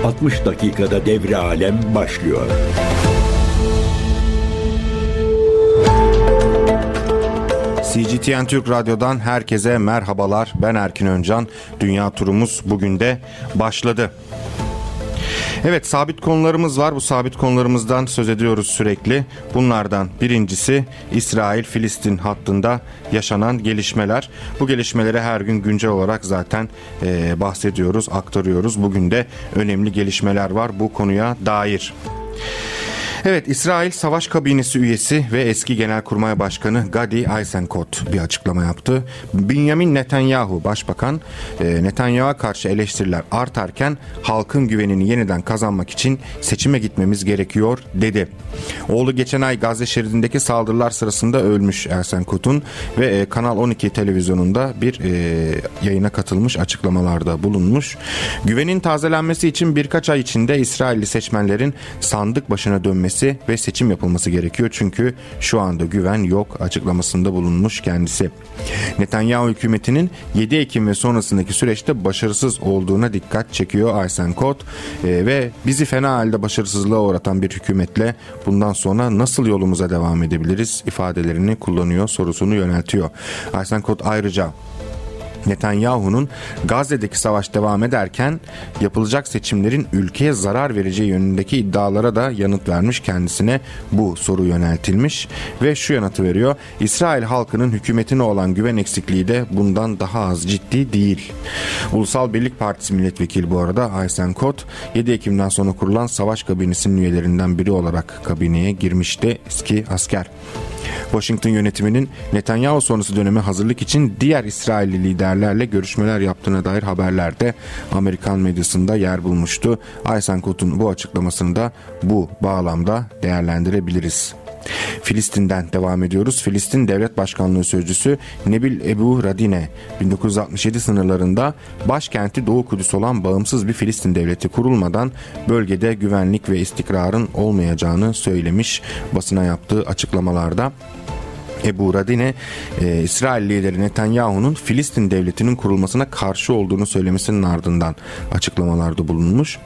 60 dakikada devre alem başlıyor. CGTN Türk Radyo'dan herkese merhabalar. Ben Erkin Öncan. Dünya turumuz bugün de başladı. Evet, sabit konularımız var. Bu sabit konularımızdan söz ediyoruz sürekli. Bunlardan birincisi İsrail-Filistin hattında yaşanan gelişmeler. Bu gelişmeleri her gün güncel olarak zaten bahsediyoruz, aktarıyoruz. Bugün de önemli gelişmeler var bu konuya dair. Evet, İsrail Savaş Kabinesi üyesi ve eski Genelkurmay Başkanı Gadi Eisenkot bir açıklama yaptı. Benjamin Netanyahu Başbakan, Netanyahu'ya karşı eleştiriler artarken halkın güvenini yeniden kazanmak için seçime gitmemiz gerekiyor dedi. Oğlu geçen ay Gazze şeridindeki saldırılar sırasında ölmüş Eisenkot'un ve Kanal 12 televizyonunda bir yayına katılmış, açıklamalarda bulunmuş. Güvenin tazelenmesi için birkaç ay içinde İsrailli seçmenlerin sandık başına dönmesi ve seçim yapılması gerekiyor. Çünkü şu anda güven yok açıklamasında bulunmuş kendisi. Netanyahu hükümetinin 7 Ekim ve sonrasındaki süreçte başarısız olduğuna dikkat çekiyor Eisenkot ve bizi fena halde başarısızlığa uğratan bir hükümetle bundan sonra nasıl yolumuza devam edebiliriz ifadelerini kullanıyor, sorusunu yöneltiyor. Eisenkot ayrıca Netanyahu'nun Gazze'deki savaş devam ederken yapılacak seçimlerin ülkeye zarar vereceği yönündeki iddialara da yanıt vermiş, kendisine bu soru yöneltilmiş ve şu yanıtı veriyor: İsrail halkının hükümetine olan güven eksikliği de bundan daha az ciddi değil. Ulusal Birlik Partisi milletvekili bu arada Eisenkot, 7 Ekim'den sonra kurulan savaş kabinesinin üyelerinden biri olarak kabineye girmişti, eski asker. Washington yönetiminin Netanyahu sonrası döneme hazırlık için diğer İsrailli liderlerle görüşmeler yaptığına dair haberler de Amerikan medyasında yer bulmuştu. Eisenkot'un bu açıklamasını da bu bağlamda değerlendirebiliriz. Filistin'den devam ediyoruz. Filistin Devlet Başkanlığı Sözcüsü Nebil Ebu Radine 1967 sınırlarında başkenti Doğu Kudüs olan bağımsız bir Filistin devleti kurulmadan bölgede güvenlik ve istikrarın olmayacağını söylemiş basına yaptığı açıklamalarda. Ebu Radine, İsrail lideri Netanyahu'nun Filistin devletinin kurulmasına karşı olduğunu söylemesinin ardından açıklamalarda bulunmuş.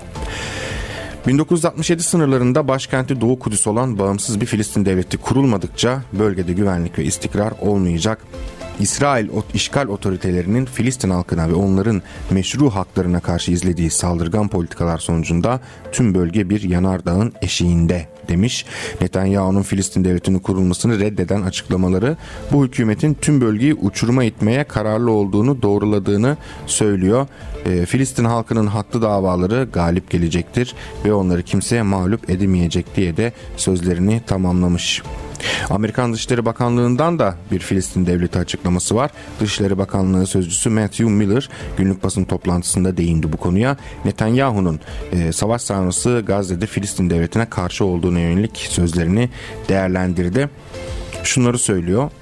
1967 sınırlarında başkenti Doğu Kudüs olan bağımsız bir Filistin devleti kurulmadıkça bölgede güvenlik ve istikrar olmayacak. İsrail işgal otoritelerinin Filistin halkına ve onların meşru haklarına karşı izlediği saldırgan politikalar sonucunda tüm bölge bir yanardağın eşiğinde demiş. Netanyahu'nun Filistin devletinin kurulmasını reddeden açıklamaları bu hükümetin tüm bölgeyi uçuruma itmeye kararlı olduğunu doğruladığını söylüyor. Filistin halkının haklı davaları galip gelecektir ve onları kimseye mağlup edemeyecek diye de sözlerini tamamlamış. Amerikan Dışişleri Bakanlığı'ndan da bir Filistin devleti açıklaması var. Dışişleri Bakanlığı Sözcüsü Matthew Miller günlük basın toplantısında değindi bu konuya. Netanyahu'nun savaş sonrası Gazze'de Filistin devletine karşı olduğuna yönelik sözlerini değerlendirdi. Şunları söylüyor: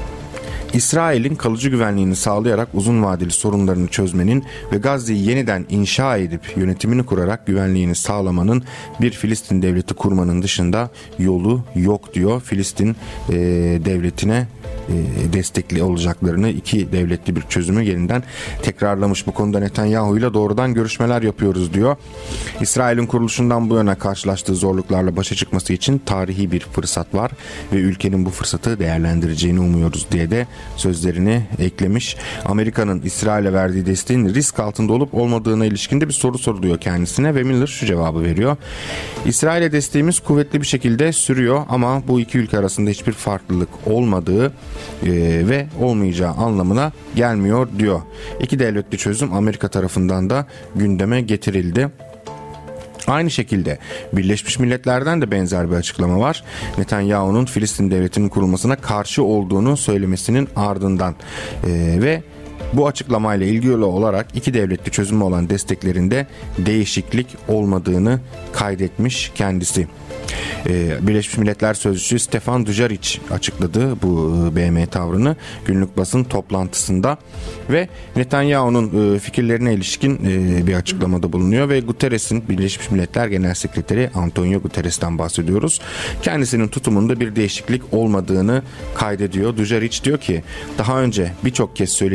İsrail'in kalıcı güvenliğini sağlayarak uzun vadeli sorunlarını çözmenin ve Gazze'yi yeniden inşa edip yönetimini kurarak güvenliğini sağlamanın bir Filistin devleti kurmanın dışında yolu yok diyor. Filistin devletine destekli olacaklarını, iki devletli bir çözümü yeniden tekrarlamış. Bu konuda Netanyahu ile doğrudan görüşmeler yapıyoruz diyor. İsrail'in kuruluşundan bu yana karşılaştığı zorluklarla başa çıkması için tarihi bir fırsat var ve ülkenin bu fırsatı değerlendireceğini umuyoruz diye de sözlerini eklemiş. Amerika'nın İsrail'e verdiği desteğin risk altında olup olmadığına ilişkin de bir soru soruluyor kendisine ve Miller şu cevabı veriyor: İsrail'e desteğimiz kuvvetli bir şekilde sürüyor ama bu iki ülke arasında hiçbir farklılık olmadığı ve olmayacağı anlamına gelmiyor diyor. İki devletli çözüm Amerika tarafından da gündeme getirildi. Aynı şekilde Birleşmiş Milletler'den de benzer bir açıklama var. Netanyahu'nun Filistin devletinin kurulmasına karşı olduğunu söylemesinin ardından ve bu açıklamayla ilgili olarak iki devletli çözüme olan desteklerinde değişiklik olmadığını kaydetmiş kendisi. Birleşmiş Milletler Sözcüsü Stefan Dujarric açıkladı bu BM tavrını günlük basın toplantısında ve Netanyahu'nun fikirlerine ilişkin bir açıklamada bulunuyor ve Guterres'in, Birleşmiş Milletler Genel Sekreteri Antonio Guterres'ten bahsediyoruz. Kendisinin tutumunda bir değişiklik olmadığını kaydediyor. Dujarric diyor ki daha önce birçok kez söylediği gibi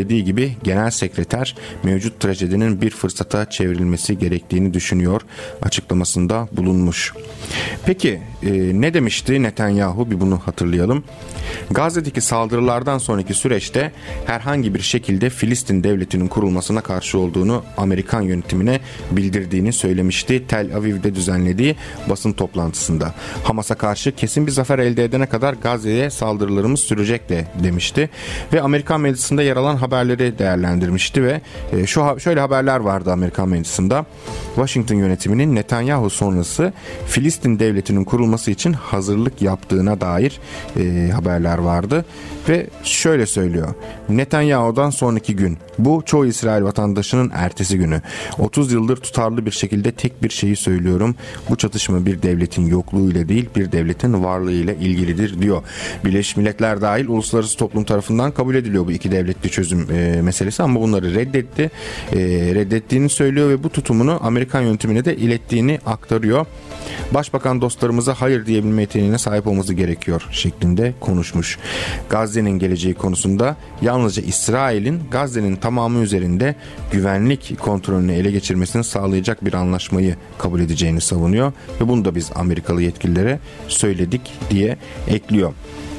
gibi genel sekreter mevcut trajedinin bir fırsata çevrilmesi gerektiğini düşünüyor açıklamasında bulunmuş. Peki ne demişti Netanyahu, bir bunu hatırlayalım. Gazze'deki saldırılardan sonraki süreçte herhangi bir şekilde Filistin devletinin kurulmasına karşı olduğunu Amerikan yönetimine bildirdiğini söylemişti Tel Aviv'de düzenlediği basın toplantısında. Hamas'a karşı kesin bir zafer elde edene kadar Gazze'ye saldırılarımız sürecek de demişti ve Amerikan medyasında yer alan haberleri değerlendirmişti ve şöyle haberler vardı Amerikan medyasında. Washington yönetiminin Netanyahu sonrası Filistin devletinin kurulması için hazırlık yaptığına dair haberler vardı ve şöyle söylüyor. Netanyahu'dan sonraki gün, bu çoğu İsrail vatandaşının ertesi günü. 30 yıldır tutarlı bir şekilde tek bir şeyi söylüyorum. Bu çatışma bir devletin yokluğuyla değil, bir devletin varlığıyla ilgilidir diyor. Birleşmiş Milletler dahil uluslararası toplum tarafından kabul ediliyor bu iki devletli çözüm meselesi ama bunları reddetti. Reddettiğini söylüyor ve bu tutumunu Amerikan yönetimine de ilettiğini aktarıyor. Başbakan dostlarımıza hayır diyebilme yeteneğine sahip olması gerekiyor şeklinde konuşmuş. Gazze'nin geleceği konusunda yalnızca İsrail'in Gazze'nin tamamı üzerinde güvenlik kontrolünü ele geçirmesini sağlayacak bir anlaşmayı kabul edeceğini savunuyor ve bunu da biz Amerikalı yetkililere söyledik diye ekliyor.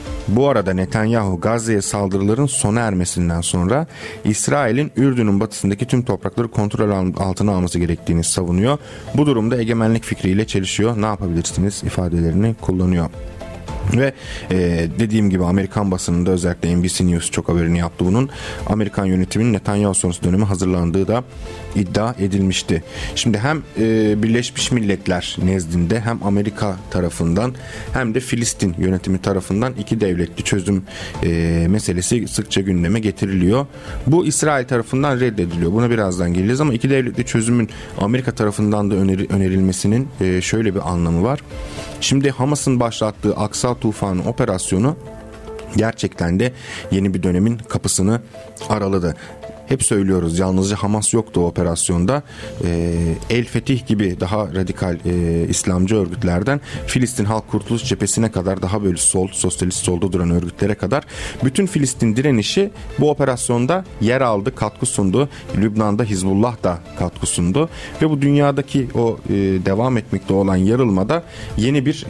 Bu arada Netanyahu Gazze'ye saldırıların sona ermesinden sonra İsrail'in Ürdün'ün batısındaki tüm toprakları kontrol altına alması gerektiğini savunuyor. Bu durumda egemenlik fikriyle çelişiyor. Ne yapabilirsiniz ifadelerini kullanıyor. Ve dediğim gibi Amerikan basınında özellikle NBC News çok haberini yaptı bunun. Amerikan yönetiminin Netanyahu sonrası dönemi hazırlandığı da iddia edilmişti. Şimdi hem Birleşmiş Milletler nezdinde hem Amerika tarafından hem de Filistin yönetimi tarafından iki devletli çözüm meselesi sıkça gündeme getiriliyor. Bu İsrail tarafından reddediliyor. Buna birazdan geleceğiz ama iki devletli çözümün Amerika tarafından da önerilmesinin şöyle bir anlamı var. Şimdi Hamas'ın başlattığı Aksa Tufanı operasyonu gerçekten de yeni bir dönemin kapısını araladı. Hep söylüyoruz, yalnızca Hamas yoktu o operasyonda. El Fetih gibi daha radikal İslamcı örgütlerden Filistin Halk Kurtuluş Cephesi'ne kadar, daha böyle sosyalist solda duran örgütlere kadar bütün Filistin direnişi bu operasyonda yer aldı, katkı sundu. Lübnan'da Hizbullah da katkı sundu ve bu dünyadaki o devam etmekte olan yarılmada yeni bir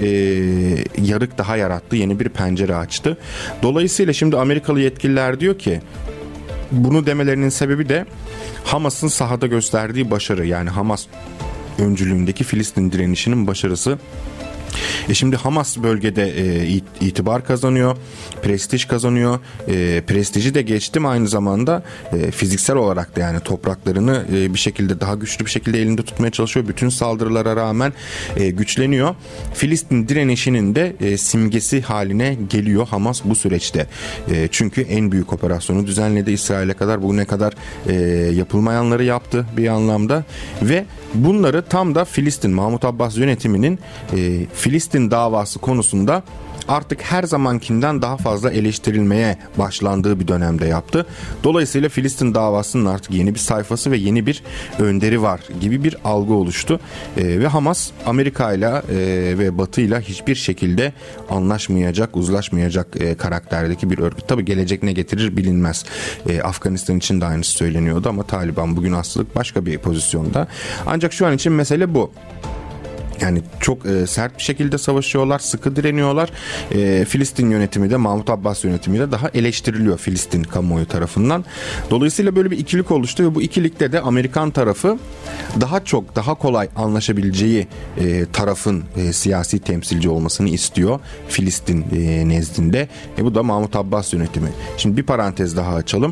yarık daha yarattı, yeni bir pencere açtı. Dolayısıyla şimdi Amerikalı yetkililer diyor ki, bunu demelerinin sebebi de Hamas'ın sahada gösterdiği başarı, yani Hamas öncülüğündeki Filistin direnişinin başarısı. Şimdi Hamas bölgede itibar kazanıyor, prestij kazanıyor. Prestiji de geçtim, aynı zamanda fiziksel olarak da yani topraklarını bir şekilde daha güçlü bir şekilde elinde tutmaya çalışıyor. Bütün saldırılara rağmen güçleniyor. Filistin direnişinin de simgesi haline geliyor Hamas bu süreçte. Çünkü en büyük operasyonu düzenledi, İsrail'e kadar bugüne kadar yapılmayanları yaptı bir anlamda ve bunları tam da Filistin, Mahmut Abbas yönetiminin Filistin davası konusunda artık her zamankinden daha fazla eleştirilmeye başlandığı bir dönemde yaptı. Dolayısıyla Filistin davasının artık yeni bir sayfası ve yeni bir önderi var gibi bir algı oluştu. Ve Hamas Amerika ile ve Batı ile hiçbir şekilde anlaşmayacak, uzlaşmayacak karakterdeki bir örgüt. Tabii gelecek ne getirir bilinmez. Afganistan için de aynısı söyleniyordu ama Taliban bugün aslında başka bir pozisyonda. Ancak şu an için mesele bu. Yani çok sert bir şekilde savaşıyorlar, sıkı direniyorlar. Filistin yönetimi de, Mahmut Abbas yönetimi de daha eleştiriliyor Filistin kamuoyu tarafından. Dolayısıyla böyle bir ikilik oluştu ve bu ikilikte de Amerikan tarafı daha kolay anlaşabileceği tarafın siyasi temsilci olmasını istiyor Filistin nezdinde. Bu da Mahmut Abbas yönetimi. Şimdi bir parantez daha açalım.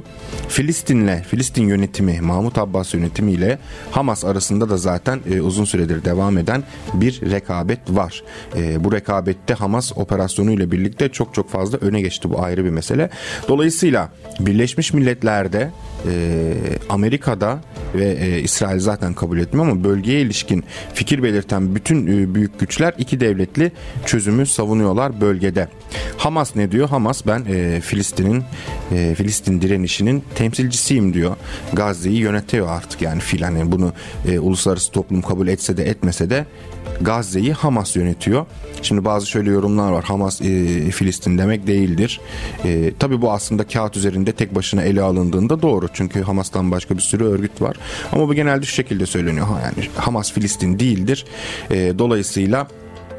Filistin yönetimi, Mahmut Abbas yönetimi ile Hamas arasında da zaten uzun süredir devam eden bir rekabet var. Bu rekabette Hamas operasyonuyla birlikte çok fazla öne geçti. Bu ayrı bir mesele. Dolayısıyla Birleşmiş Milletler'de, Amerika'da ve İsrail zaten kabul etmiyor ama bölgeye ilişkin fikir belirten bütün büyük güçler iki devletli çözümü savunuyorlar bölgede. Hamas ne diyor? Hamas, ben Filistin direnişinin temsilcisiyim diyor. Gazze'yi yönetiyor artık yani filan. Yani bunu uluslararası toplum kabul etse de etmese de Gazze'yi Hamas yönetiyor. Şimdi bazı şöyle yorumlar var. Hamas Filistin demek değildir. Tabii bu aslında kağıt üzerinde tek başına ele alındığında doğru. Çünkü Hamas'tan başka bir sürü örgüt var. Ama bu genelde şu şekilde söyleniyor. Yani Hamas Filistin değildir. Dolayısıyla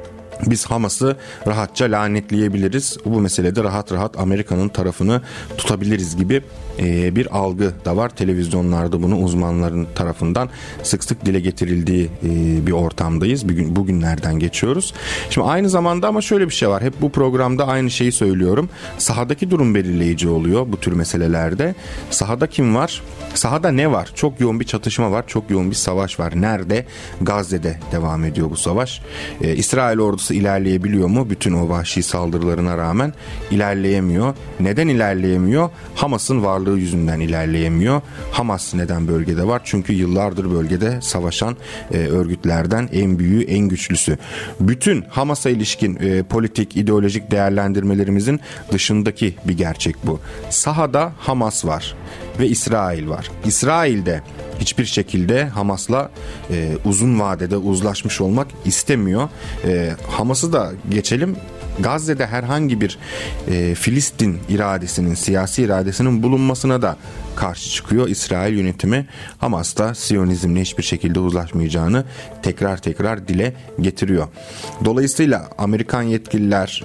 biz Hamas'ı rahatça lanetleyebiliriz. Bu meselede rahat rahat Amerika'nın tarafını tutabiliriz gibi bir algı da var. Televizyonlarda bunu uzmanların tarafından sık sık dile getirildiği bir ortamdayız. Bugünlerden geçiyoruz. Şimdi aynı zamanda ama şöyle bir şey var. Hep bu programda aynı şeyi söylüyorum. Sahadaki durum belirleyici oluyor bu tür meselelerde. Sahada kim var? Sahada ne var? Çok yoğun bir çatışma var. Çok yoğun bir savaş var. Nerede? Gazze'de devam ediyor bu savaş. İsrail ordusu ilerleyebiliyor mu? Bütün o vahşi saldırılarına rağmen ilerleyemiyor. Neden ilerleyemiyor? Hamas'ın varlığı yüzünden ilerleyemiyor. Hamas neden bölgede var? Çünkü yıllardır bölgede savaşan örgütlerden en büyüğü, en güçlüsü. Bütün Hamas'a ilişkin politik, ideolojik değerlendirmelerimizin dışındaki bir gerçek bu. Sahada Hamas var ve İsrail var. İsrail de hiçbir şekilde Hamas'la uzun vadede uzlaşmış olmak istemiyor. Hamas'ı da geçelim. Gazze'de herhangi bir Filistin iradesinin, siyasi iradesinin bulunmasına da karşı çıkıyor İsrail yönetimi. Hamas da Siyonizmle hiçbir şekilde uzlaşmayacağını tekrar dile getiriyor. Dolayısıyla Amerikan yetkililer,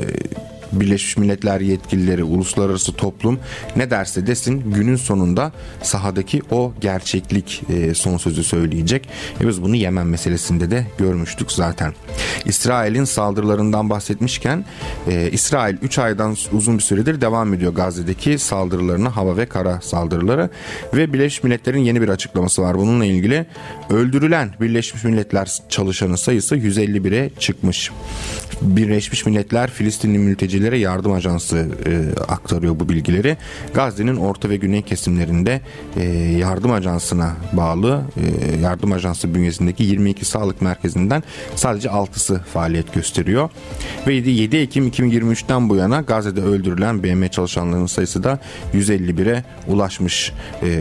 Birleşmiş Milletler yetkilileri, uluslararası toplum ne derse desin günün sonunda sahadaki o gerçeklik son sözü söyleyecek. Biz bunu Yemen meselesinde de görmüştük zaten. İsrail'in saldırılarından bahsetmişken İsrail 3 aydan uzun bir süredir devam ediyor Gazze'deki saldırılarına, hava ve kara saldırıları ve Birleşmiş Milletler'in yeni bir açıklaması var bununla ilgili. Öldürülen Birleşmiş Milletler çalışanı sayısı 151'e çıkmış. Birleşmiş Milletler Filistinli mültecilere yardım ajansı aktarıyor bu bilgileri. Gazze'nin orta ve güney kesimlerinde yardım ajansına bağlı yardım ajansı bünyesindeki 22 sağlık merkezinden sadece 6'sı faaliyet gösteriyor. Ve 7 Ekim 2023'ten bu yana Gazze'de öldürülen BM çalışanlarının sayısı da 151'e ulaşmış.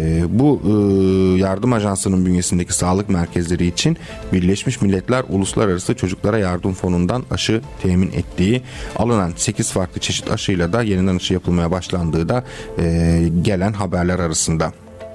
Bu yardım ajansının bünyesindeki sağlık merkezleri için Birleşmiş Milletler Uluslararası Çocuklara Yardım Fonu'ndan aşı temin ettiği, alınan 8 farklı çeşit aşıyla da yeniden aşı yapılmaya başlandığı da gelen haberler arasında.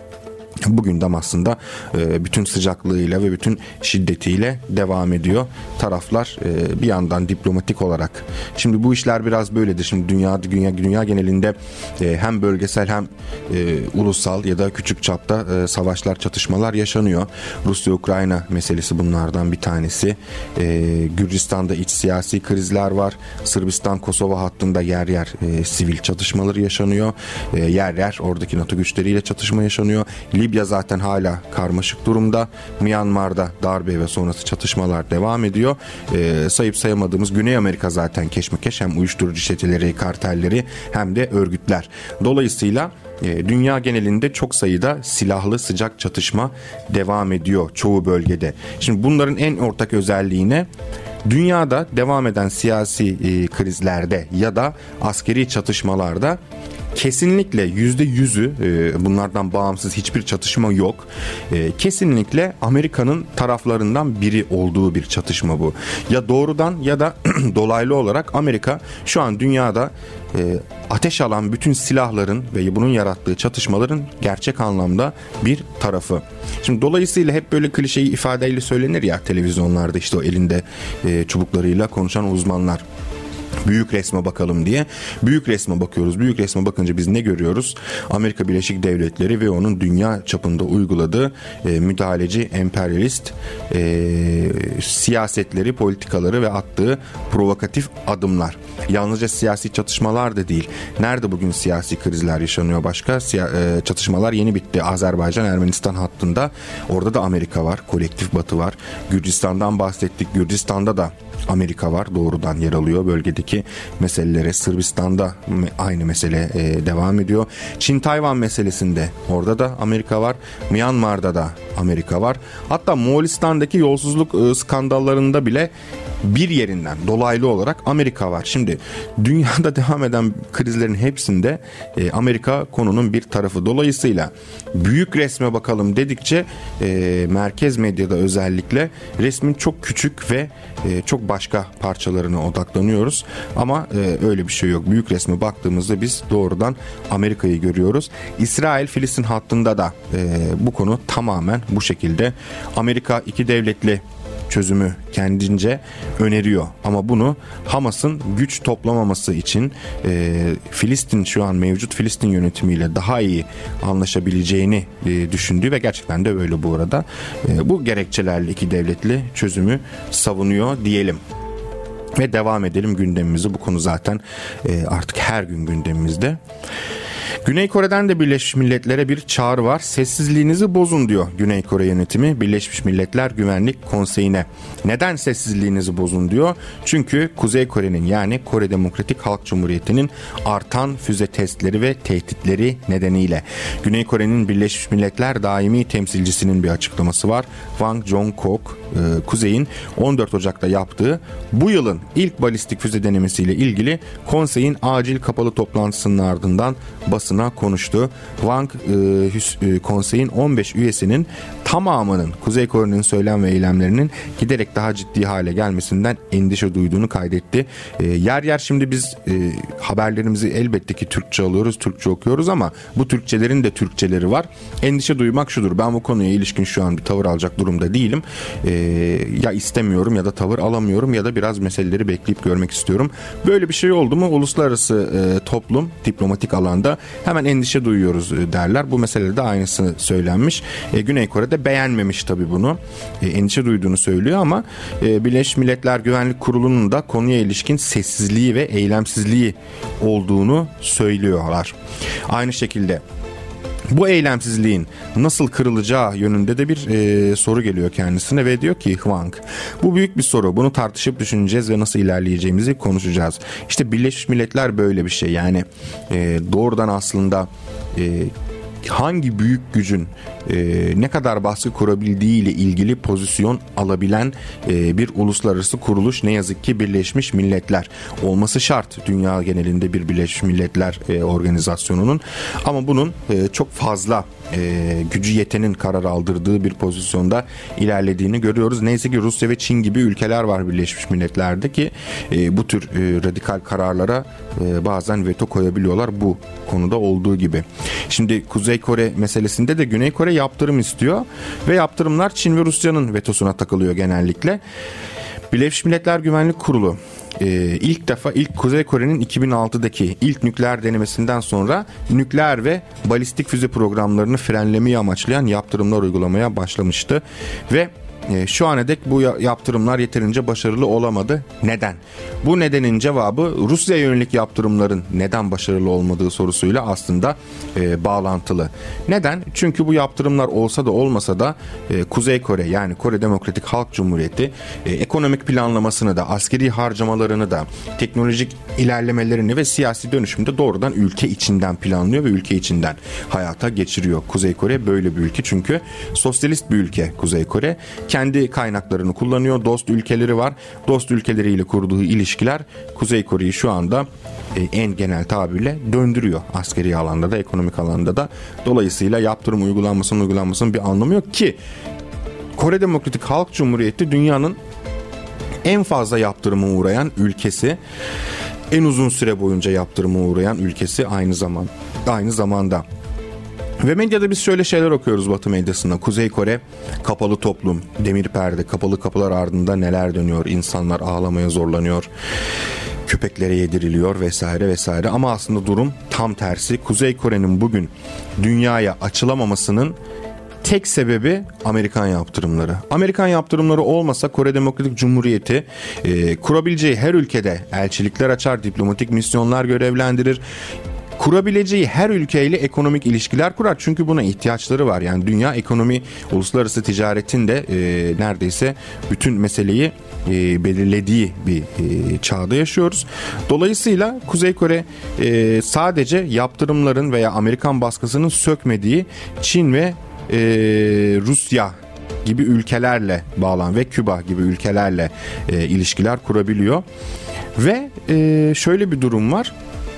Bu gündem aslında bütün sıcaklığıyla ve bütün şiddetiyle devam ediyor. Taraflar bir yandan diplomatik olarak. Şimdi bu işler biraz böyledir. Şimdi dünya genelinde hem bölgesel hem ulusal ya da küçük çapta savaşlar, çatışmalar yaşanıyor. Rusya-Ukrayna meselesi bunlardan bir tanesi. Gürcistan'da iç siyasi krizler var. Sırbistan-Kosova hattında yer yer sivil çatışmaları yaşanıyor. Yer yer oradaki NATO güçleriyle çatışma yaşanıyor. Libya zaten hala karmaşık durumda. Myanmar'da darbe ve sonrası çatışmalar devam ediyor. Sayıp sayamadığımız Güney Amerika zaten keşmekeş, hem uyuşturucu çeteleri, kartelleri hem de örgütler. Dolayısıyla dünya genelinde çok sayıda silahlı sıcak çatışma devam ediyor çoğu bölgede. Şimdi bunların en ortak özelliğine dünyada devam eden siyasi krizlerde ya da askeri çatışmalarda kesinlikle %100'ü bunlardan bağımsız hiçbir çatışma yok. Kesinlikle Amerika'nın taraflarından biri olduğu bir çatışma bu. Ya doğrudan ya da dolaylı olarak Amerika şu an dünyada ateş alan bütün silahların ve bunun yarattığı çatışmaların gerçek anlamda bir tarafı. Şimdi dolayısıyla hep böyle klişeyi ifadeyle söylenir ya televizyonlarda, işte o elinde çubuklarıyla konuşan uzmanlar. Büyük resme bakalım diye. Büyük resme bakıyoruz. Büyük resme bakınca biz ne görüyoruz? Amerika Birleşik Devletleri ve onun dünya çapında uyguladığı müdahaleci, emperyalist siyasetleri, politikaları ve attığı provokatif adımlar. Yalnızca siyasi çatışmalar da değil. Nerede bugün siyasi krizler yaşanıyor başka? Çatışmalar yeni bitti. Azerbaycan-Ermenistan hattında. Orada da Amerika var. Kolektif Batı var. Gürcistan'dan bahsettik. Gürcistan'da da Amerika var, doğrudan yer alıyor bölgedeki meselelere. Sırbistan'da aynı mesele devam ediyor. Çin-Tayvan meselesinde orada da Amerika var. Myanmar'da da Amerika var. Hatta Moğolistan'daki yolsuzluk skandallarında bile bir yerinden dolaylı olarak Amerika var. Şimdi dünyada devam eden krizlerin hepsinde Amerika konunun bir tarafı. Dolayısıyla büyük resme bakalım dedikçe merkez medyada özellikle resmin çok küçük ve çok başka parçalarına odaklanıyoruz. Ama öyle bir şey yok. Büyük resme baktığımızda biz doğrudan Amerika'yı görüyoruz. İsrail-Filistin hattında da bu konu tamamen bu şekilde. Amerika iki devletli çözümü kendince öneriyor. Ama bunu Hamas'ın güç toplamaması için Filistin, şu an mevcut Filistin yönetimiyle daha iyi anlaşabileceğini düşündüğü ve gerçekten de öyle bu arada. Bu gerekçelerle iki devletli çözümü savunuyor diyelim. Ve devam edelim gündemimizi. Bu konu zaten artık her gün gündemimizde. Güney Kore'den de Birleşmiş Milletler'e bir çağrı var. Sessizliğinizi bozun diyor Güney Kore yönetimi Birleşmiş Milletler Güvenlik Konseyi'ne. Neden sessizliğinizi bozun diyor? Çünkü Kuzey Kore'nin, yani Kore Demokratik Halk Cumhuriyeti'nin artan füze testleri ve tehditleri nedeniyle. Güney Kore'nin Birleşmiş Milletler daimi temsilcisinin bir açıklaması var. Wang Jong-kok, Kuzey'in 14 Ocak'ta yaptığı bu yılın ilk balistik füze denemesiyle ilgili konseyin acil kapalı toplantısının ardından basına konuştu. Wang konseyin 15 üyesinin tamamının Kuzey Kore'nin söylem ve eylemlerinin giderek daha ciddi hale gelmesinden endişe duyduğunu kaydetti. Yer yer şimdi biz haberlerimizi elbette ki Türkçe alıyoruz, Türkçe okuyoruz ama bu Türkçelerin de Türkçeleri var. Endişe duymak şudur: ben bu konuya ilişkin şu an bir tavır alacak durumda değilim. Ya istemiyorum ya da tavır alamıyorum ya da biraz meseleleri bekleyip görmek istiyorum. Böyle bir şey oldu mu uluslararası toplum diplomatik alanda hemen endişe duyuyoruz derler. Bu meselede aynısı söylenmiş. Güney Kore'de beğenmemiş tabii bunu. Endişe duyduğunu söylüyor ama Birleşmiş Milletler Güvenlik Kurulu'nun da konuya ilişkin sessizliği ve eylemsizliği olduğunu söylüyorlar. Aynı şekilde bu eylemsizliğin nasıl kırılacağı yönünde de bir soru geliyor kendisine ve diyor ki Wang, bu büyük bir soru. Bunu tartışıp düşüneceğiz ve nasıl ilerleyeceğimizi konuşacağız. İşte Birleşmiş Milletler böyle bir şey. Yani doğrudan aslında hangi büyük gücün ne kadar baskı kurabildiği ile ilgili pozisyon alabilen bir uluslararası kuruluş ne yazık ki Birleşmiş Milletler. Olması şart dünya genelinde bir Birleşmiş Milletler organizasyonunun, ama bunun çok fazla gücü yetenin karar aldırdığı bir pozisyonda ilerlediğini görüyoruz. Neyse ki Rusya ve Çin gibi ülkeler var Birleşmiş Milletler'de ki bu tür radikal kararlara bazen veto koyabiliyorlar, bu konuda olduğu gibi. Şimdi Kuzey Kore meselesinde de Güney Kore yaptırım istiyor ve yaptırımlar Çin ve Rusya'nın vetosuna takılıyor genellikle. Birleşmiş Milletler Güvenlik Kurulu ilk Kuzey Kore'nin 2006'daki ilk nükleer denemesinden sonra nükleer ve balistik füze programlarını frenlemeyi amaçlayan yaptırımlar uygulamaya başlamıştı ve şu ana dek bu yaptırımlar yeterince başarılı olamadı. Neden? Bu nedenin cevabı Rusya'ya yönelik yaptırımların neden başarılı olmadığı sorusuyla aslında bağlantılı. Neden? Çünkü bu yaptırımlar olsa da olmasa da Kuzey Kore, yani Kore Demokratik Halk Cumhuriyeti ekonomik planlamasını da, askeri harcamalarını da, teknolojik ilerlemelerini ve siyasi dönüşümde doğrudan ülke içinden planlıyor ve ülke içinden hayata geçiriyor. Kuzey Kore böyle bir ülke, çünkü sosyalist bir ülke Kuzey Kore. Kendi kaynaklarını kullanıyor. Dost ülkeleri var. Dost ülkeleriyle kurduğu ilişkiler Kuzey Kore'yi şu anda en genel tabirle döndürüyor. Askeri alanda da, ekonomik alanda da. Dolayısıyla yaptırım uygulanmasının bir anlamı yok ki Kore Demokratik Halk Cumhuriyeti dünyanın en fazla yaptırıma uğrayan ülkesi. En uzun süre boyunca yaptırıma uğrayan ülkesi aynı zamanda. Ve medyada biz şöyle şeyler okuyoruz Batı medyasında. Kuzey Kore kapalı toplum, demir perde, kapalı kapılar ardında neler dönüyor? İnsanlar ağlamaya zorlanıyor, köpeklere yediriliyor vesaire vesaire. Ama aslında durum tam tersi. Kuzey Kore'nin bugün dünyaya açılamamasının tek sebebi Amerikan yaptırımları. Amerikan yaptırımları olmasa Kore Demokratik Cumhuriyeti kurabileceği her ülkede elçilikler açar, diplomatik misyonlar görevlendirir. kurabileceği her ülkeyle ekonomik ilişkiler kurar. Çünkü buna ihtiyaçları var. Yani dünya ekonomi, uluslararası ticaretin de neredeyse bütün meseleyi belirlediği bir çağda yaşıyoruz. Dolayısıyla Kuzey Kore sadece yaptırımların veya Amerikan baskısının sökmediği Çin ve Rusya gibi ülkelerle bağlan ve Küba gibi ülkelerle ilişkiler kurabiliyor. Ve şöyle bir durum var.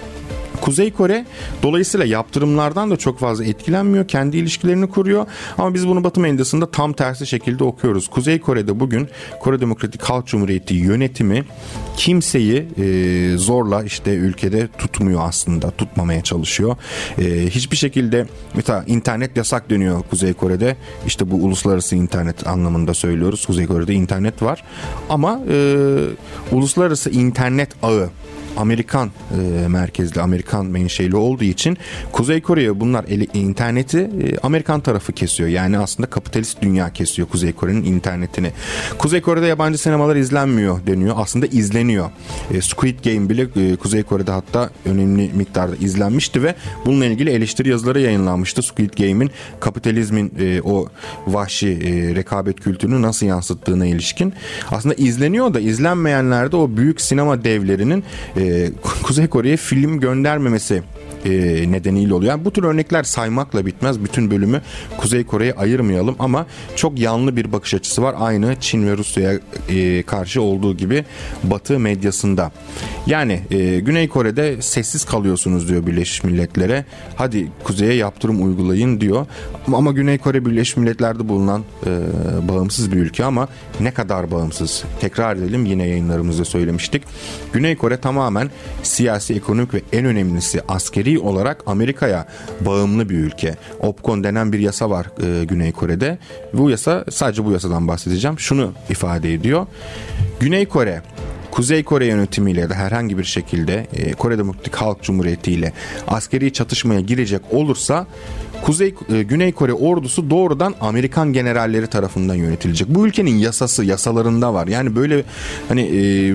Kuzey Kore dolayısıyla yaptırımlardan da çok fazla etkilenmiyor. Kendi ilişkilerini kuruyor. Ama biz bunu Batı medyasında tam tersi şekilde okuyoruz. Kuzey Kore'de bugün Kore Demokratik Halk Cumhuriyeti yönetimi kimseyi zorla işte ülkede tutmuyor aslında. Tutmamaya çalışıyor. Hiçbir şekilde mesela internet yasak deniyor Kuzey Kore'de. İşte bu uluslararası internet anlamında söylüyoruz. Kuzey Kore'de internet var. Ama uluslararası internet ağı Amerikan merkezli, Amerikan menşeli olduğu için Kuzey Kore'ye bunlar interneti Amerikan tarafı kesiyor. Yani aslında kapitalist dünya kesiyor Kuzey Kore'nin internetini. Kuzey Kore'de yabancı sinemalar izlenmiyor deniyor. Aslında izleniyor. Squid Game bile Kuzey Kore'de hatta önemli miktarda izlenmişti ve bununla ilgili eleştiri yazıları yayınlanmıştı. Squid Game'in kapitalizmin o vahşi rekabet kültürünü nasıl yansıttığına ilişkin. Aslında izleniyor da izlenmeyenler de o büyük sinema devlerinin Kuzey Kore'ye film göndermemesi nedeniyle oluyor. Yani bu tür örnekler saymakla bitmez. Bütün bölümü Kuzey Kore'ye ayırmayalım ama çok yanlı bir bakış açısı var. Aynı Çin ve Rusya'ya karşı olduğu gibi Batı medyasında. Yani Güney Kore'de sessiz kalıyorsunuz diyor Birleşmiş Milletler'e. Hadi Kuzey'e yaptırım uygulayın diyor. Ama Güney Kore Birleşmiş Milletler'de bulunan bağımsız bir ülke ama ne kadar bağımsız? Tekrar edelim, yine yayınlarımızda söylemiştik. Güney Kore tamamen siyasi, ekonomik ve en önemlisi askeri olarak Amerika'ya bağımlı bir ülke. OPCON denen bir yasa var Güney Kore'de. Bu yasa, sadece bu yasadan bahsedeceğim, şunu ifade ediyor. Güney Kore Kuzey Kore yönetimiyle ya da herhangi bir şekilde Kore Demokratik Halk Cumhuriyeti ile askeri çatışmaya girecek olursa Güney Kore ordusu doğrudan Amerikan generalleri tarafından yönetilecek. Bu ülkenin yasalarında var. Yani böyle hani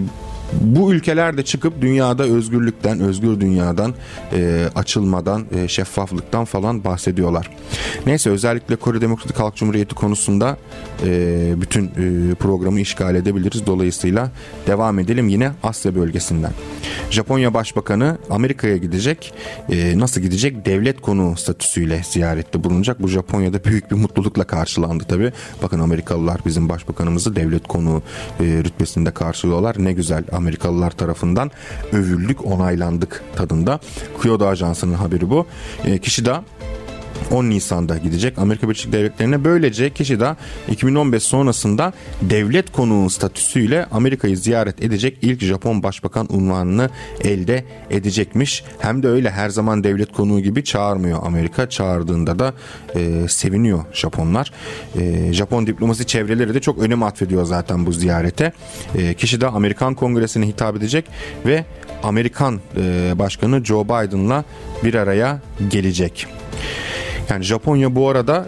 bu ülkeler de çıkıp dünyada özgürlükten, özgür dünyadan, açılmadan, şeffaflıktan falan bahsediyorlar. Neyse, özellikle Kore Demokratik Halk Cumhuriyeti konusunda bütün programı işgal edebiliriz. Dolayısıyla devam edelim yine Asya bölgesinden. Japonya Başbakanı Amerika'ya gidecek. Nasıl gidecek? Devlet konuğu statüsüyle ziyarette bulunacak. Bu Japonya'da büyük bir mutlulukla karşılandı tabii. Bakın, Amerikalılar bizim başbakanımızı devlet konuğu rütbesinde karşılıyorlar. Ne güzel, Amerikalılar tarafından övüldük, onaylandık tadında. Kyodo Ajansı'nın haberi bu. Kishida 10 Nisan'da gidecek Amerika Birleşik Devletleri'ne. Böylece Kishida 2015 sonrasında devlet konuğu statüsüyle Amerika'yı ziyaret edecek ilk Japon başbakan unvanını elde edecekmiş. Hem de öyle her zaman devlet konuğu gibi çağırmıyor Amerika. Çağırdığında da seviniyor Japonlar. Japon diplomasi çevreleri de çok önem atfediyor zaten bu ziyarete. Kishida Amerikan Kongresi'ne hitap edecek ve Amerikan Başkanı Joe Biden'la bir araya gelecek. Yani Japonya bu arada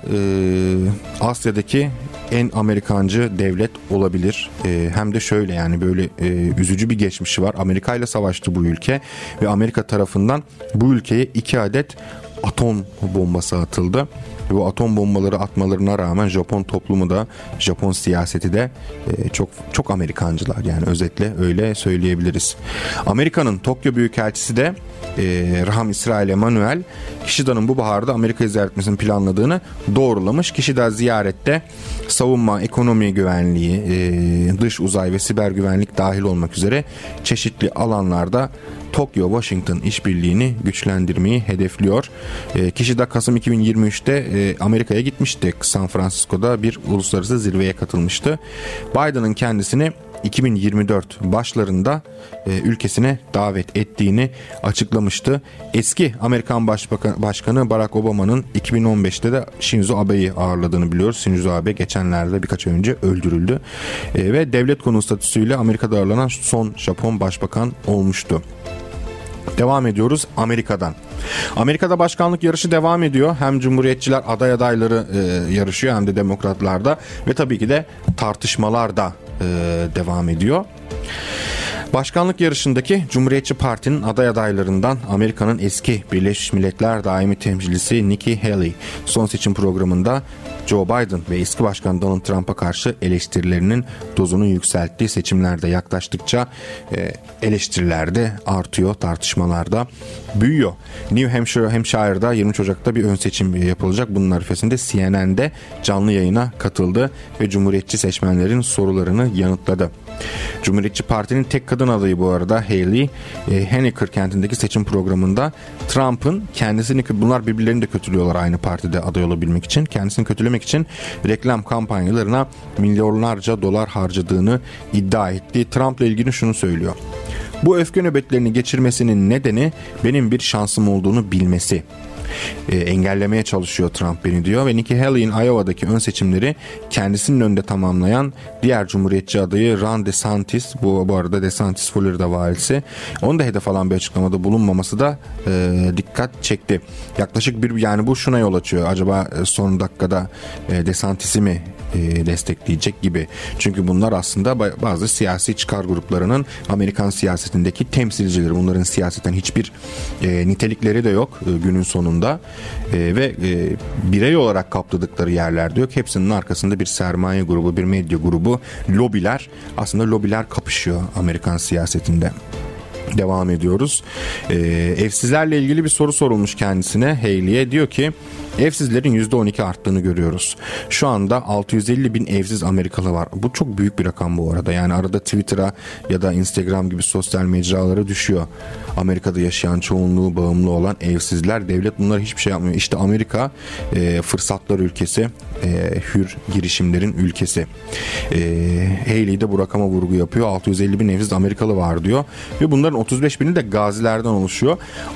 Asya'daki en Amerikancı devlet olabilir. Hem de şöyle, yani böyle üzücü bir geçmişi var. Amerika ile savaştı bu ülke ve Amerika tarafından bu ülkeye 2 adet atom bombası atıldı. Bu atom bombaları atmalarına rağmen Japon toplumu da, Japon siyaseti de çok Amerikancılar. Yani özetle öyle söyleyebiliriz. Amerika'nın Tokyo Büyükelçisi de Raham İsrail Emanuel, Kishida'nın bu baharda Amerika'yı ziyaret etmesini planladığını doğrulamış. Kishida ziyarette savunma, ekonomi güvenliği, dış uzay ve siber güvenlik dahil olmak üzere çeşitli alanlarda Tokyo-Washington işbirliğini güçlendirmeyi hedefliyor. Kishida Kasım 2023'te Amerika'ya gitmişti. San Francisco'da bir uluslararası zirveye katılmıştı. Biden'ın kendisini 2024 başlarında ülkesine davet ettiğini açıklamıştı. Eski Amerikan Başkanı Barack Obama'nın 2015'te de Shinzo Abe'yi ağırladığını biliyoruz. Shinzo Abe geçenlerde, birkaç ay önce öldürüldü. Ve devlet konuğu statüsüyle Amerika'da ağırlanan son Japon başbakan olmuştu. Devam ediyoruz Amerika'dan. Amerika'da başkanlık yarışı devam ediyor. Hem Cumhuriyetçiler aday adayları yarışıyor hem de Demokratlar da, ve tabii ki de tartışmalar da devam ediyor. Başkanlık yarışındaki Cumhuriyetçi Parti'nin aday adaylarından Amerika'nın eski Birleşmiş Milletler Daimi Temsilcisi Nikki Haley son seçim programında Joe Biden ve eski başkan Donald Trump'a karşı eleştirilerinin dozunu yükselttiği, seçimlerde yaklaştıkça eleştiriler de artıyor, tartışmalarda büyüyor. New Hampshire'da 23 Ocak'ta bir ön seçim yapılacak. Bunun arifesinde CNN'de canlı yayına katıldı ve Cumhuriyetçi seçmenlerin sorularını yanıtladı. Cumhuriyetçi Parti'nin tek kadın adayı bu arada Haley, Henniker kentindeki seçim programında Trump'ın kendisini, bunlar birbirlerini de kötülüyorlar aynı partide aday olabilmek için, kendisini kötülemek için reklam kampanyalarına milyonlarca dolar harcadığını iddia etti. Trump'la ilgili şunu söylüyor: "Bu öfke nöbetlerini geçirmesinin nedeni benim bir şansım olduğunu bilmesi. Engellemeye çalışıyor Trump beni," diyor ve Nikki Haley'in Iowa'daki ön seçimleri kendisinin önünde tamamlayan diğer Cumhuriyetçi adayı Ron DeSantis, bu arada DeSantis Florida valisi, onu da hedef alan bir açıklamada bulunmaması da dikkat çekti. Yaklaşık bu şuna yol açıyor: acaba son dakikada DeSantis'i mi destekleyecek gibi. Çünkü bunlar aslında bazı siyasi çıkar gruplarının Amerikan siyasetindeki temsilcileri. Bunların siyaseten hiçbir nitelikleri de yok günün sonunda ve birey olarak kapladıkları yerler de yok. Hepsinin arkasında bir sermaye grubu, bir medya grubu, lobiler. Aslında lobiler kapışıyor Amerikan siyasetinde. Devam ediyoruz. Evsizlerle ilgili bir soru sorulmuş kendisine, Haley'e. Diyor ki, evsizlerin %12 arttığını görüyoruz. Şu anda 650 bin evsiz Amerikalı var. Bu çok büyük bir rakam bu arada. Yani arada Twitter'a ya da Instagram gibi sosyal mecralara düşüyor. Amerika'da yaşayan, çoğunluğu bağımlı olan evsizler. Devlet bunlara hiçbir şey yapmıyor. İşte Amerika fırsatlar ülkesi, hür girişimlerin ülkesi. Haley de bu rakama vurgu yapıyor. 650 bin evsiz Amerikalı var diyor. Ve bunların 35 bini de gazilerden oluşuyor.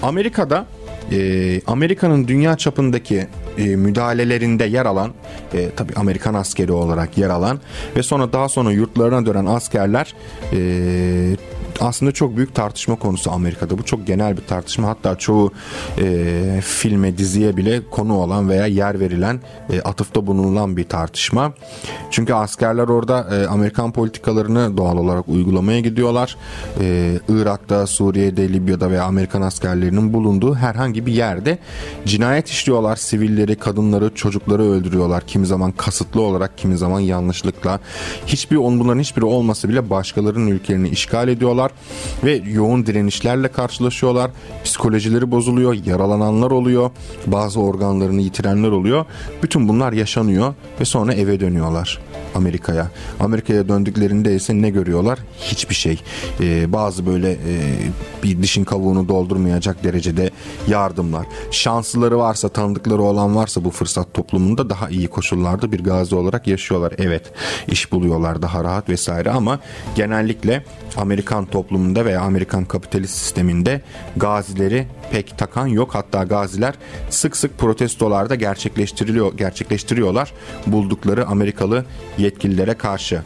Amerika'nın dünya çapındaki müdahalelerinde yer alan, tabii Amerikan askeri olarak yer alan ve daha sonra yurtlarına dönen askerler aslında çok büyük tartışma konusu Amerika'da. Bu çok genel bir tartışma. Hatta çoğu filme, diziye bile konu olan veya yer verilen, atıfta bulunulan bir tartışma. Çünkü askerler orada Amerikan politikalarını doğal olarak uygulamaya gidiyorlar. Irak'ta, Suriye'de, Libya'da veya Amerikan askerlerinin bulunduğu herhangi bir yerde cinayet işliyorlar. Sivilleri, kadınları, çocukları öldürüyorlar. Kimi zaman kasıtlı olarak, kimi zaman yanlışlıkla. Bunların hiçbiri olmasa bile başkalarının ülkelerini işgal ediyorlar ve yoğun direnişlerle karşılaşıyorlar. Psikolojileri bozuluyor, yaralananlar oluyor, bazı organlarını yitirenler oluyor. Bütün bunlar yaşanıyor ve sonra eve dönüyorlar Amerika'ya. Amerika'ya döndüklerinde ise ne görüyorlar? Hiçbir şey. Bazı böyle bir dişin kavuğunu doldurmayacak derecede yardımlar. Şanslıları varsa, tanıdıkları olan varsa bu fırsat toplumunda daha iyi koşullarda bir gazi olarak yaşıyorlar. Evet, iş buluyorlar daha rahat vesaire ama genellikle Amerikan toplumunda veya Amerikan kapitalist sisteminde gazileri pek takan yok. Hatta gaziler sık sık protestolarda gerçekleştiriyorlar buldukları Amerikalı yetkililere karşı.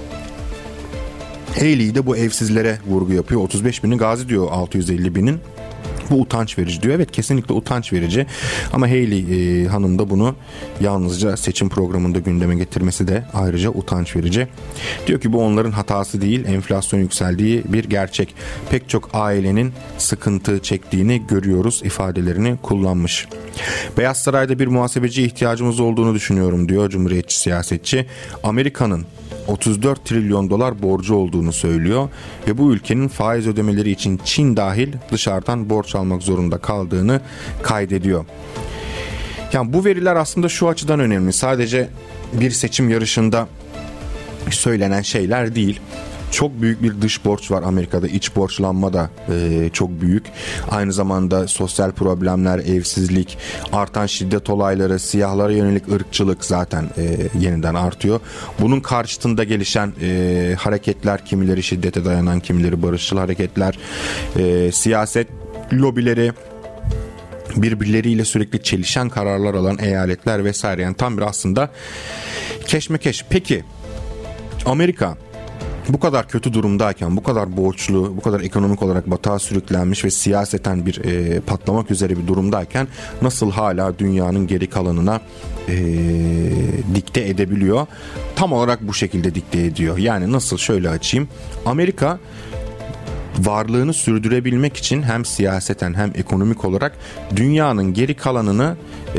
Haley de bu evsizlere vurgu yapıyor. 35 bini gazi diyor 650 binin. Bu utanç verici diyor. Evet, kesinlikle utanç verici. Ama Haley hanım da bunu yalnızca seçim programında gündeme getirmesi de ayrıca utanç verici. Diyor ki bu onların hatası değil, enflasyon yükseldiği bir gerçek. Pek çok ailenin sıkıntı çektiğini görüyoruz ifadelerini kullanmış. Beyaz Saray'da bir muhasebeciye ihtiyacımız olduğunu düşünüyorum diyor Cumhuriyetçi siyasetçi. Amerika'nın 34 trilyon dolar borcu olduğunu söylüyor ve bu ülkenin faiz ödemeleri için Çin dahil dışarıdan borç almak zorunda kaldığını kaydediyor. Yani bu veriler aslında şu açıdan önemli. Sadece bir seçim yarışında söylenen şeyler değil. Çok büyük bir dış borç var Amerika'da. İç borçlanma da çok büyük. Aynı zamanda sosyal problemler, evsizlik, artan şiddet olayları, siyahlara yönelik ırkçılık zaten yeniden artıyor. Bunun karşıtında gelişen hareketler, kimileri şiddete dayanan, kimileri barışçıl hareketler, siyaset lobileri, birbirleriyle sürekli çelişen kararlar alan eyaletler vesaire. Yani tam bir aslında keşmekeş. Peki Amerika bu kadar kötü durumdayken, bu kadar borçlu, bu kadar ekonomik olarak batağa sürüklenmiş ve siyaseten bir patlamak üzere bir durumdayken nasıl hala dünyanın geri kalanına dikte edebiliyor? Tam olarak bu şekilde dikte ediyor. Yani nasıl, şöyle açayım. Amerika varlığını sürdürebilmek için hem siyaseten hem ekonomik olarak dünyanın geri kalanını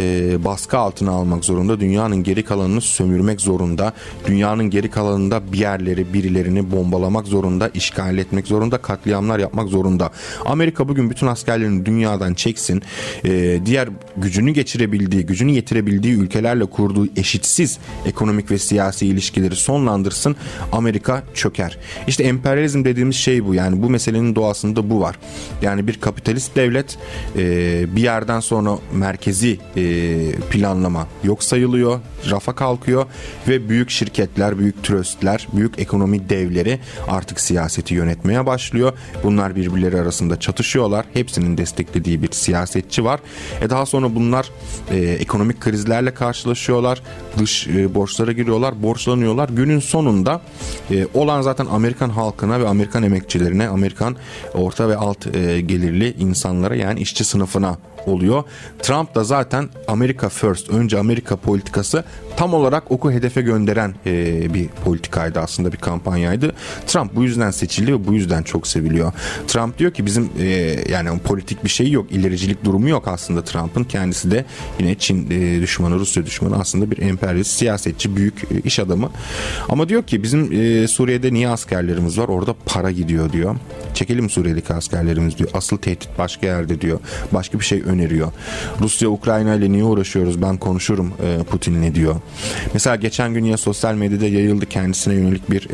baskı altına almak zorunda, dünyanın geri kalanını sömürmek zorunda, dünyanın geri kalanında bir yerleri, birilerini bombalamak zorunda, işgal etmek zorunda, katliamlar yapmak zorunda. Amerika bugün bütün askerlerini dünyadan çeksin, diğer gücünü geçirebildiği, gücünü yetirebildiği ülkelerle kurduğu eşitsiz ekonomik ve siyasi ilişkileri sonlandırsın, Amerika çöker. İşte emperyalizm dediğimiz şey bu. Yani bu meselenin doğasında bu var. Yani bir kapitalist devlet bir yerden sonra merkezi planlama yok sayılıyor, rafa kalkıyor ve büyük şirketler, büyük tröstler, büyük ekonomi devleri artık siyaseti yönetmeye başlıyor. Bunlar birbirleri arasında çatışıyorlar. Hepsinin desteklediği bir siyasetçi var. Daha sonra bunlar ekonomik krizlerle karşılaşıyorlar. Dış borçlara giriyorlar, borçlanıyorlar. Günün sonunda olan zaten Amerikan halkına ve Amerikan emekçilerine, Amerikan orta ve alt gelirli insanlara, yani işçi sınıfına oluyor. Trump da zaten America First, önce Amerika politikası tam olarak oku hedefe gönderen bir politikaydı, aslında bir kampanyaydı. Trump bu yüzden seçildi ve bu yüzden çok seviliyor. Trump diyor ki bizim yani politik bir şey yok, ilericilik durumu yok aslında Trump'ın. Kendisi de yine Çin düşmanı, Rusya düşmanı, aslında bir emperyalist, siyasetçi, büyük iş adamı. Ama diyor ki bizim Suriye'de niye askerlerimiz var? Orada para gidiyor diyor. Çekelim Suriye'deki askerlerimiz diyor. Asıl tehdit başka yerde diyor. Başka bir şey öneriyor. Rusya Ukrayna ile niye uğraşıyoruz? Ben konuşurum Putin'le diyor. Mesela geçen gün ya sosyal medyada yayıldı, kendisine yönelik bir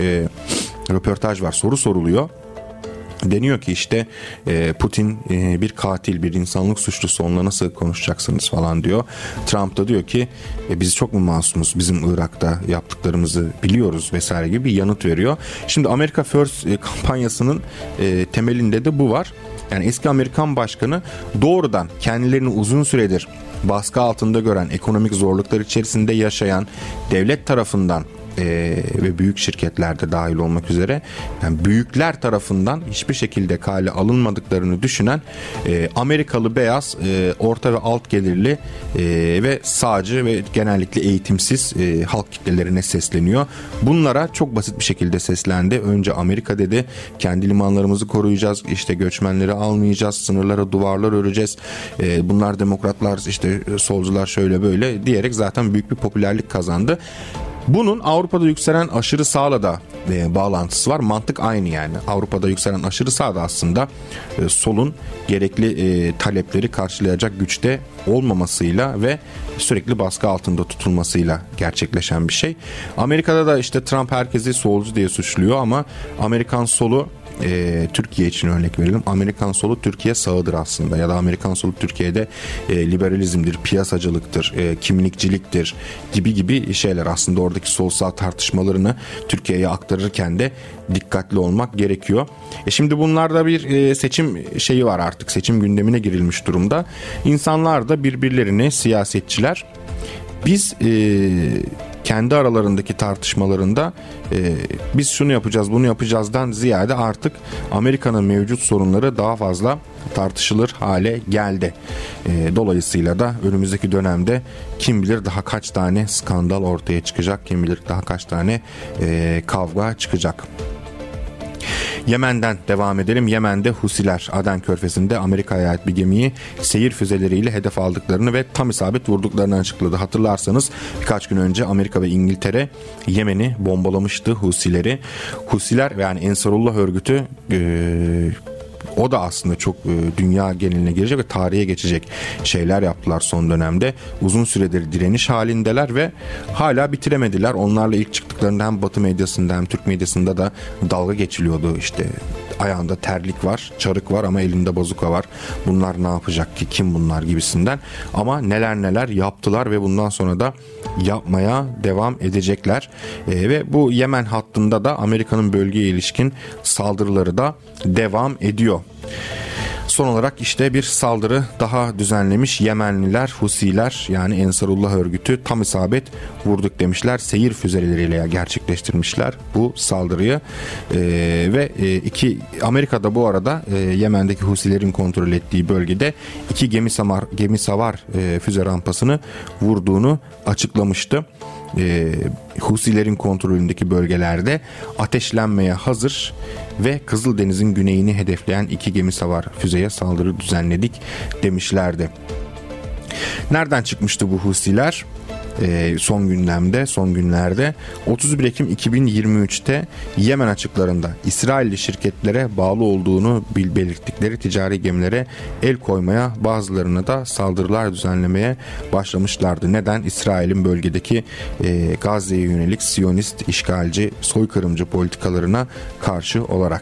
röportaj var. Soru soruluyor. Deniyor ki işte Putin bir katil, bir insanlık suçlusu, onunla nasıl konuşacaksınız falan diyor. Trump da diyor ki biz çok mu masumuz, bizim Irak'ta yaptıklarımızı biliyoruz vesaire gibi bir yanıt veriyor. Şimdi America First kampanyasının temelinde de bu var. Yani eski Amerikan başkanı doğrudan kendilerini uzun süredir baskı altında gören, ekonomik zorluklar içerisinde yaşayan, devlet tarafından ve büyük şirketlerde dahil olmak üzere, yani büyükler tarafından hiçbir şekilde kale alınmadıklarını düşünen Amerikalı beyaz orta ve alt gelirli ve sağcı ve genellikle eğitimsiz halk kitlelerine sesleniyor. Bunlara çok basit bir şekilde seslendi. Önce Amerika dedi, kendi limanlarımızı koruyacağız, işte göçmenleri almayacağız, sınırlara duvarlar öreceğiz, bunlar demokratlar, işte solcular şöyle böyle diyerek zaten büyük bir popülerlik kazandı. Bunun Avrupa'da yükselen aşırı sağla da bağlantısı var. Mantık aynı yani. Avrupa'da yükselen aşırı sağ da aslında solun gerekli talepleri karşılayacak güçte olmamasıyla ve sürekli baskı altında tutulmasıyla gerçekleşen bir şey. Amerika'da da işte Trump herkesi solcu diye suçluyor ama Amerikan solu, Türkiye için örnek verelim, Amerikan solu Türkiye sağıdır aslında, ya da Amerikan solu Türkiye'de liberalizmdir, piyasacılıktır, kimlikciliktir gibi şeyler. Aslında oradaki sol sağ tartışmalarını Türkiye'ye aktarırken de dikkatli olmak gerekiyor. Şimdi bunlarda bir seçim şeyi var, artık seçim gündemine girilmiş durumda. İnsanlar da birbirlerini, siyasetçiler, biz kendi aralarındaki tartışmalarında biz şunu yapacağız, bunu yapacağızdan ziyade artık Amerika'nın mevcut sorunları daha fazla tartışılır hale geldi. Dolayısıyla da önümüzdeki dönemde kim bilir daha kaç tane skandal ortaya çıkacak, kim bilir daha kaç tane kavga çıkacak. Yemen'den devam edelim. Yemen'de Husiler Aden Körfezi'nde Amerika'ya ait bir gemiyi seyir füzeleriyle hedef aldıklarını ve tam isabet vurduklarını açıkladı. Hatırlarsanız birkaç gün önce Amerika ve İngiltere Yemen'i bombalamıştı, Husileri. Husiler yani Ensarullah örgütü o da aslında çok dünya geneline girecek ve tarihe geçecek şeyler yaptılar son dönemde. Uzun süredir direniş halindeler ve hala bitiremediler. Onlarla ilk çıktıklarında hem Batı medyasında hem Türk medyasında da dalga geçiliyordu. İşte ayağında terlik var, çarık var ama elinde bazuka var. Bunlar ne yapacak ki, kim bunlar gibisinden. Ama neler yaptılar ve bundan sonra da yapmaya devam edecekler. Ve bu Yemen hattında da Amerika'nın bölgeye ilişkin saldırıları da devam ediyor. Son olarak işte bir saldırı daha düzenlemiş Yemenliler, Husiler yani Ensarullah örgütü, tam isabet vurduk demişler. Seyir füzeleriyle gerçekleştirmişler bu saldırıyı. Ve Amerika'da bu arada Yemen'deki Husilerin kontrol ettiği bölgede 2 gemi savar füze rampasını vurduğunu açıklamıştı. Husilerin kontrolündeki bölgelerde ateşlenmeye hazır ve Kızıldeniz'in güneyini hedefleyen 2 gemi savar füzeye saldırı düzenledik demişlerdi. Nereden çıkmıştı bu Husiler? Son günlerde 31 Ekim 2023'te Yemen açıklarında İsrailli şirketlere bağlı olduğunu belirttikleri ticari gemilere el koymaya, bazılarına da saldırılar düzenlemeye başlamışlardı. Neden? İsrail'in bölgedeki Gazze'ye yönelik Siyonist, işgalci, soykırımcı politikalarına karşı olarak.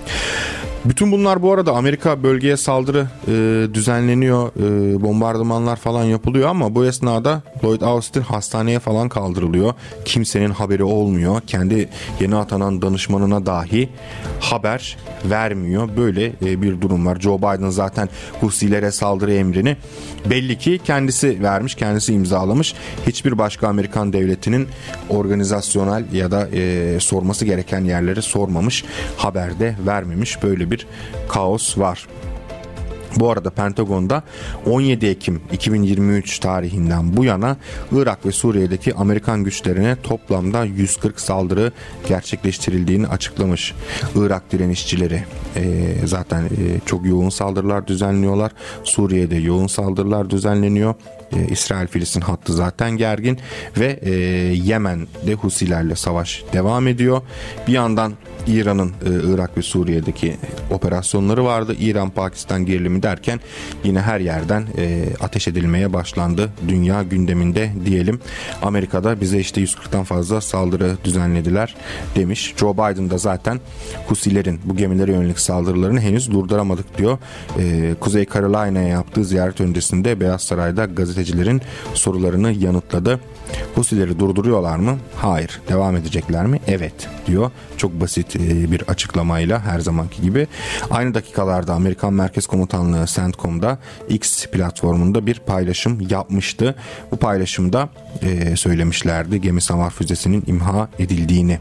Bütün bunlar bu arada Amerika bölgeye saldırı düzenleniyor, bombardımanlar falan yapılıyor ama bu esnada Lloyd Austin hastaneye falan kaldırılıyor. Kimsenin haberi olmuyor. Kendi yeni atanan danışmanına dahi haber vermiyor. Böyle bir durum var. Joe Biden zaten Husilere saldırı emrini belli ki kendisi vermiş, kendisi imzalamış. Hiçbir başka Amerikan devletinin organizasyonel ya da sorması gereken yerlere sormamış, haber de vermemiş. Böyle bir kaos var. Bu arada Pentagon'da 17 Ekim 2023 tarihinden bu yana Irak ve Suriye'deki Amerikan güçlerine toplamda 140 saldırı gerçekleştirildiğini açıklamış. Irak direnişçileri zaten çok yoğun saldırılar düzenliyorlar. Suriye'de yoğun saldırılar düzenleniyor. İsrail-Filistin hattı zaten gergin ve Yemen'de Husilerle savaş devam ediyor. Bir yandan İran'ın Irak ve Suriye'deki operasyonları vardı. İran-Pakistan gerilimi derken yine her yerden ateş edilmeye başlandı. Dünya gündeminde diyelim. Amerika'da bize işte 140'tan fazla saldırı düzenlediler demiş. Joe Biden da zaten Husilerin bu gemilere yönelik saldırılarını henüz durduramadık diyor. Kuzey Carolina'ya yaptığı ziyaret öncesinde Beyaz Saray'da gazetecilerin sorularını yanıtladı. Husileri durduruyorlar mı? Hayır. Devam edecekler mi? Evet diyor. Çok basit bir açıklamayla her zamanki gibi. Aynı dakikalarda Amerikan Merkez Komutanlığı CENTCOM'da X platformunda bir paylaşım yapmıştı. Bu paylaşımda söylemişlerdi gemi savar füzesinin imha edildiğini.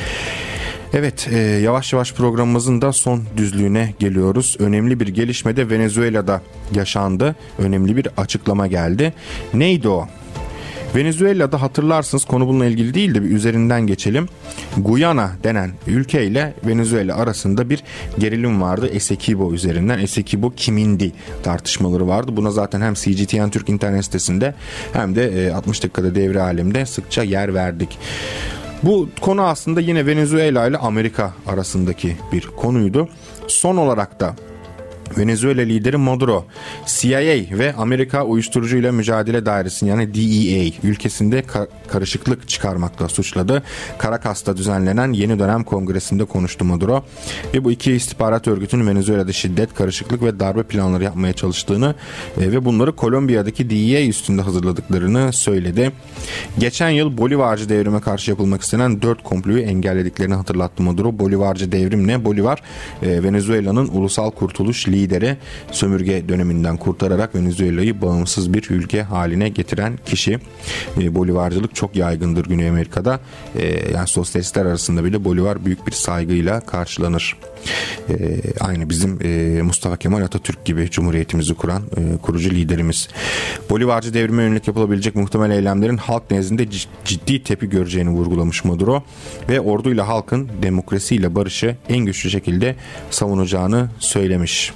Evet, yavaş yavaş programımızın da son düzlüğüne geliyoruz. Önemli bir gelişme de Venezuela'da yaşandı. Önemli bir açıklama geldi. Neydi o? Venezuela'da hatırlarsınız, konu bununla ilgili değil de bir üzerinden geçelim. Guyana denen ülke ile Venezuela arasında bir gerilim vardı Essequibo üzerinden. Essequibo kimindi tartışmaları vardı. Buna zaten hem CGTN Türk internet sitesinde hem de 60 dakikada devre alemde sıkça yer verdik. Bu konu aslında yine Venezuela ile Amerika arasındaki bir konuydu. Son olarak da Venezuela lideri Maduro, CIA ve Amerika Uyuşturucuyla Mücadele Dairesi'nin yani DEA ülkesinde karışıklık çıkarmakla suçladı. Caracas'ta düzenlenen yeni dönem kongresinde konuştu Maduro ve bu iki istihbarat örgütünün Venezuela'da şiddet, karışıklık ve darbe planları yapmaya çalıştığını ve bunları Kolombiya'daki DEA üstünde hazırladıklarını söyledi. Geçen yıl Bolivarcı devrime karşı yapılmak istenen 4 komployu engellediklerini hatırlattı Maduro. Bolivarcı devrim ne? Bolivar, Venezuela'nın ulusal kurtuluş lideri, sömürge döneminden kurtararak Venezuela'yı bağımsız bir ülke haline getiren kişi. Bolivarcılık çok yaygındır Güney Amerika'da. Yani sosyalistler arasında bile Bolivar büyük bir saygıyla karşılanır. Aynı bizim Mustafa Kemal Atatürk gibi Cumhuriyetimizi kuran kurucu liderimiz. Bolivarcı devrime yönelik yapılabilecek muhtemel eylemlerin halk nezdinde ciddi tepki göreceğini vurgulamış Maduro ve orduyla halkın demokrasiyle barışı en güçlü şekilde savunacağını söylemiş.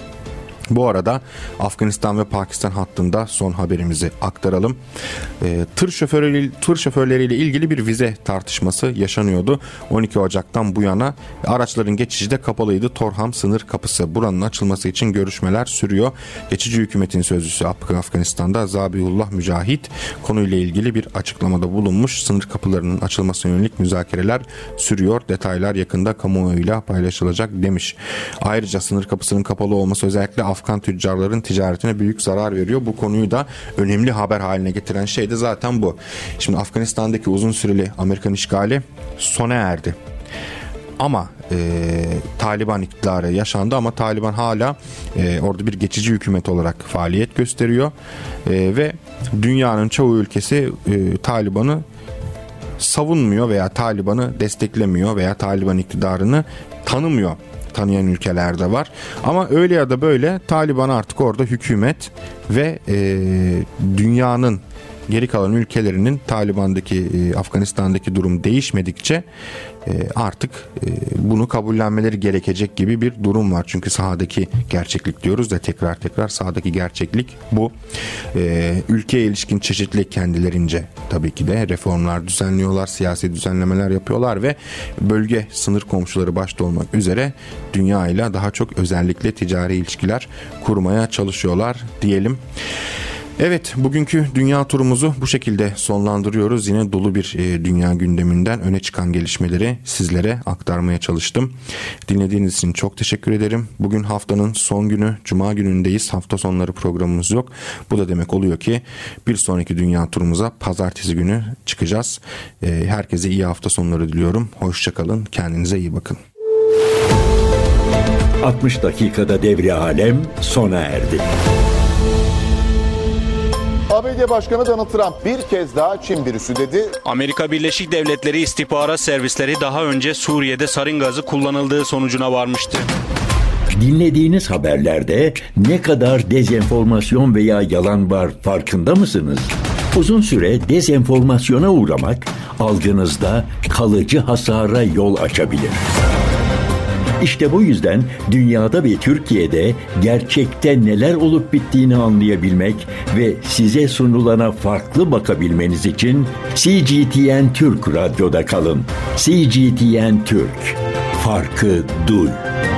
Bu arada Afganistan ve Pakistan hattında son haberimizi aktaralım. Tır şoförleriyle ilgili bir vize tartışması yaşanıyordu. 12 Ocak'tan bu yana araçların geçişi de kapalıydı. Torham sınır kapısı. Buranın açılması için görüşmeler sürüyor. Geçici hükümetin sözcüsü Afganistan'da Zabihullah Mücahit konuyla ilgili bir açıklamada bulunmuş. Sınır kapılarının açılmasına yönelik müzakereler sürüyor. Detaylar yakında kamuoyuyla paylaşılacak demiş. Ayrıca sınır kapısının kapalı olması özellikle Afgan tüccarların ticaretine büyük zarar veriyor. Bu konuyu da önemli haber haline getiren şey de zaten bu. Şimdi Afganistan'daki uzun süreli Amerikan işgali sona erdi. Ama Taliban iktidarı yaşandı ama Taliban hala orada bir geçici hükümet olarak faaliyet gösteriyor. Ve dünyanın çoğu ülkesi Taliban'ı savunmuyor veya Taliban'ı desteklemiyor veya Taliban iktidarını tanımıyor. Tanıyan ülkeler de var. Ama öyle ya da böyle Taliban artık orada hükümet ve dünyanın geri kalan ülkelerinin Taliban'daki, Afganistan'daki durum değişmedikçe artık bunu kabullenmeleri gerekecek gibi bir durum var. Çünkü sahadaki gerçeklik diyoruz da tekrar sahadaki gerçeklik bu. Ülkeye ilişkin çeşitli kendilerince tabii ki de reformlar düzenliyorlar, siyasi düzenlemeler yapıyorlar ve bölge sınır komşuları başta olmak üzere dünya ile daha çok özellikle ticari ilişkiler kurmaya çalışıyorlar diyelim. Evet, bugünkü dünya turumuzu bu şekilde sonlandırıyoruz. Yine dolu bir dünya gündeminden öne çıkan gelişmeleri sizlere aktarmaya çalıştım. Dinlediğiniz için çok teşekkür ederim. Bugün haftanın son günü, Cuma günündeyiz. Hafta sonları programımız yok. Bu da demek oluyor ki bir sonraki dünya turumuza pazartesi günü çıkacağız. Herkese iyi hafta sonları diliyorum. Hoşça kalın, kendinize iyi bakın. 60 dakikada devri alem sona erdi. ABD Başkanı Donald Trump bir kez daha Çin virüsü dedi. Amerika Birleşik Devletleri istihbarat servisleri daha önce Suriye'de sarin gazı kullanıldığı sonucuna varmıştı. Dinlediğiniz haberlerde ne kadar dezenformasyon veya yalan var farkında mısınız? Uzun süre dezenformasyona uğramak algınızda kalıcı hasara yol açabilir. İşte bu yüzden dünyada ve Türkiye'de gerçekte neler olup bittiğini anlayabilmek ve size sunulana farklı bakabilmeniz için CGTN Türk Radyo'da kalın. CGTN Türk. Farkı duy.